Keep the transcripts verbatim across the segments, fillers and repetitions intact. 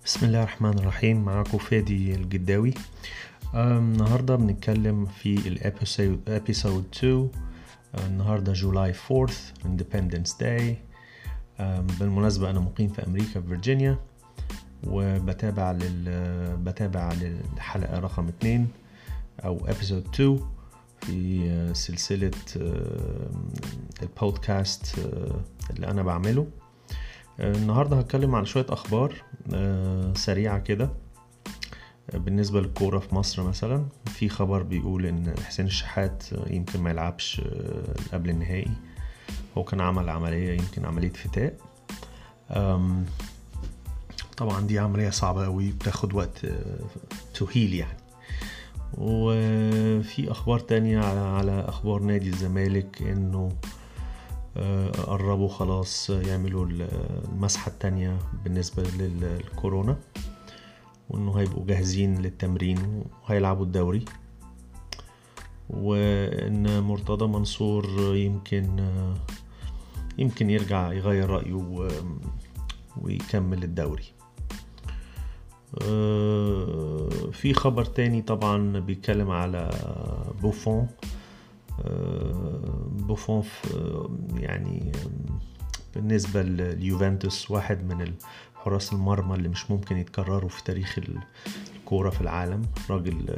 بسم الله الرحمن الرحيم. معاكم فادي الجداوي. النهاردة بنتكلم في الابيسود ابيسود اتنين. النهاردة جولاي فورث Independence Day. بالمناسبة أنا مقيم في أمريكا في فيرجينيا، وبتابع لل بتابع للحلقة رقم اتنين أو ابيسود اتنين في سلسلة البودكاست اللي أنا بعمله. النهاردة هتكلم عن شوية أخبار سريعة كده. بالنسبة للكورة في مصر مثلا، في خبر بيقول إن حسين الشحات يمكن ما يلعبش قبل النهائي. هو كان عمل عملية، يمكن عملية فتاء. طبعا دي عملية صعبة قوي، بتاخد وقت تهيل يعني. وفي أخبار تانية على أخبار نادي الزمالك، إنه قربوا خلاص يعملوا المسحة التانية بالنسبة للكورونا، وانه هيبقوا جاهزين للتمرين وهيلعبوا الدوري، وان مرتضى منصور يمكن يمكن يرجع يغير رأيه ويكمل الدوري. في خبر تاني طبعا بيتكلم على بوفون. بوفون يعني بالنسبة لليوفنتوس واحد من حراس المرمى اللي مش ممكن يتكرروا في تاريخ الكورة في العالم. راجل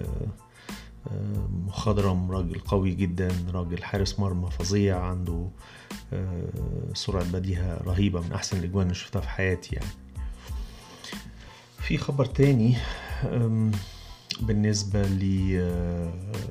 مخضرم، راجل قوي جدا، راجل حارس مرمى فظيع، عنده سرعة بديهة رهيبة، من أحسن الأجوان اللي شفتها في حياتي يعني. في خبر تاني بالنسبة ل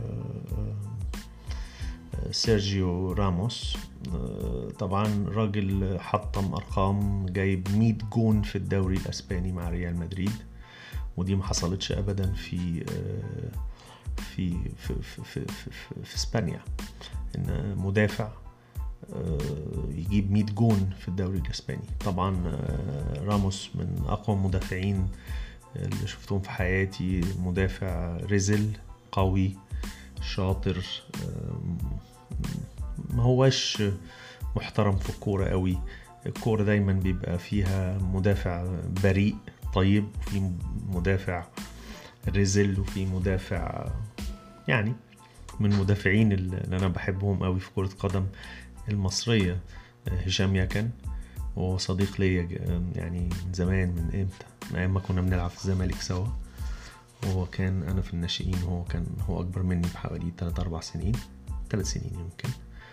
سيرجيو راموس. طبعا راجل حطم أرقام، جايب مية جون في الدوري الأسباني مع ريال مدريد، ودي ما حصلتش أبدا في في في في في, في, في اسبانيا، إن مدافع يجيب مية جون في الدوري الأسباني. طبعا راموس من أقوى مدافعين اللي شفتهم في حياتي، مدافع رزل قوي شاطر، ما هواش محترم في الكورة قوي. الكورة دايما بيبقى فيها مدافع بريء طيب، وفي مدافع رزل، وفي مدافع يعني من المدافعين اللي انا بحبهم قوي في كرة قدم المصرية هشام يكن، وهو صديق ليا يعني من زمان، من امتى، من ايام ما كنا بنلعب في الزمالك سوا. وهو كان انا في الناشئين، هو كان هو اكبر مني بحوالي ثلاثة أربعة سنين، ثلاث سنين يمكن.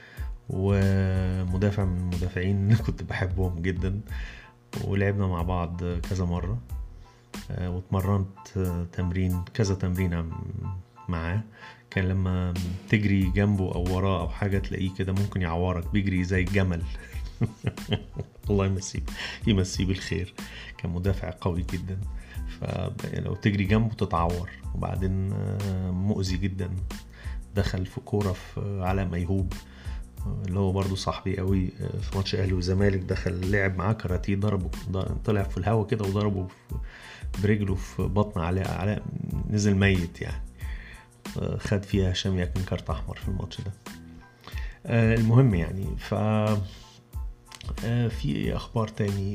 ومدافع من المدافعين كنت بحبهم جدا، ولعبنا مع بعض كذا مرة، واتمرنت تمرين كذا تمرين معاه. كان لما تجري جنبه او وراه او حاجة تلاقيه كده ممكن يعورك، بيجري زي الجمل. الله يمسيه يمسيه بالخير. كان مدافع قوي جدا، فلو تجري جنبه تتعور. وبعدين مؤذي جدا، دخل في كورة في علاء ميهوب اللي هو برضو صاحبي قوي في ماتش اهلي وزمالك، دخل لعب معاه كاراتيه، ضربه، طلع في الهواء كده وضربه برجله في بطن علاء، علاء نزل ميت يعني. خد فيها هشام يكن كارت احمر في الماتش ده. المهم يعني، ف في اخبار تاني.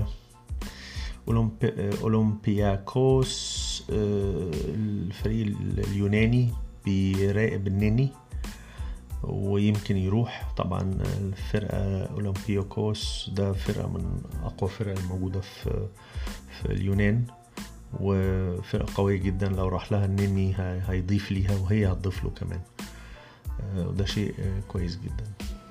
اولمبياكوس الفريق اليوناني بيراقب النني ويمكن يروح. طبعا الفرقة اولمبياكوس ده فرقة من اقوى فرق الموجودة في في اليونان، وفرقة قوية جدا. لو راح لها النني هيضيف ليها، وهي هتضيف له كمان، وده شيء كويس جدا.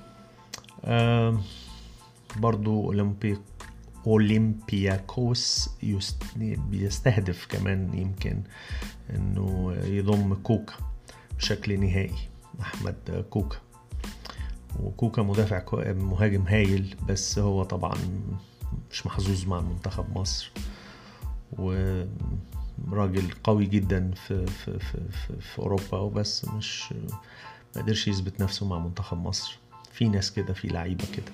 برضو أولمبيك أولمبياكوس بيستهدف كمان يمكن انه يضم كوكا بشكل نهائي، احمد كوكا. وكوكا مدافع مهاجم هايل، بس هو طبعا مش محظوظ مع منتخب مصر، وراجل قوي جدا في في في في, في اوروبا، وبس مش ما قدرش يثبت نفسه مع منتخب مصر. في ناس كده، في لعيبه كده.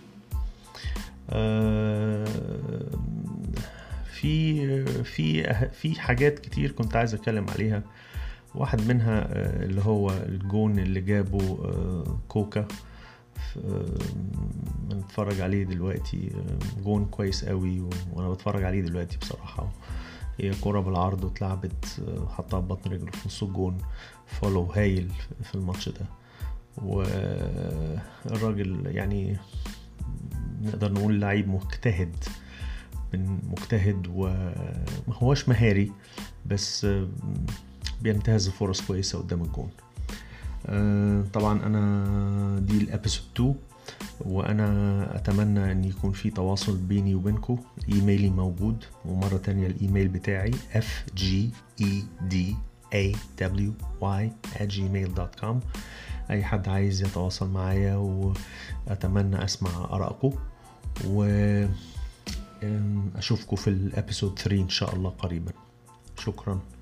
في في في حاجات كتير كنت عايز اتكلم عليها. واحد منها اللي هو الجون اللي جابه كوكا، بنتفرج عليه دلوقتي، جون كويس قوي وانا بتفرج عليه دلوقتي بصراحة. هي كرة بالعرض واتلعبت، حطها ببطن رجله في نص الجون. فولو هايل في الماتش ده. والراجل يعني نقدر نقول لعيب مجتهد، من مجتهد وما هوش مهاري، بس بينتهز فرص كويسة قدام الجون. طبعا انا دي الابيسود اتنين، وانا اتمنى ان يكون في تواصل بيني وبينكم. ايميلي موجود، ومرة تانية الايميل بتاعي اف جي اي دي اي دبليو واي ات جيميل دوت كوم. اي حد عايز يتواصل معايا، واتمنى اسمع ارائكم، واشوفكم في الابيسود تلاتة ان شاء الله قريبا. شكرا.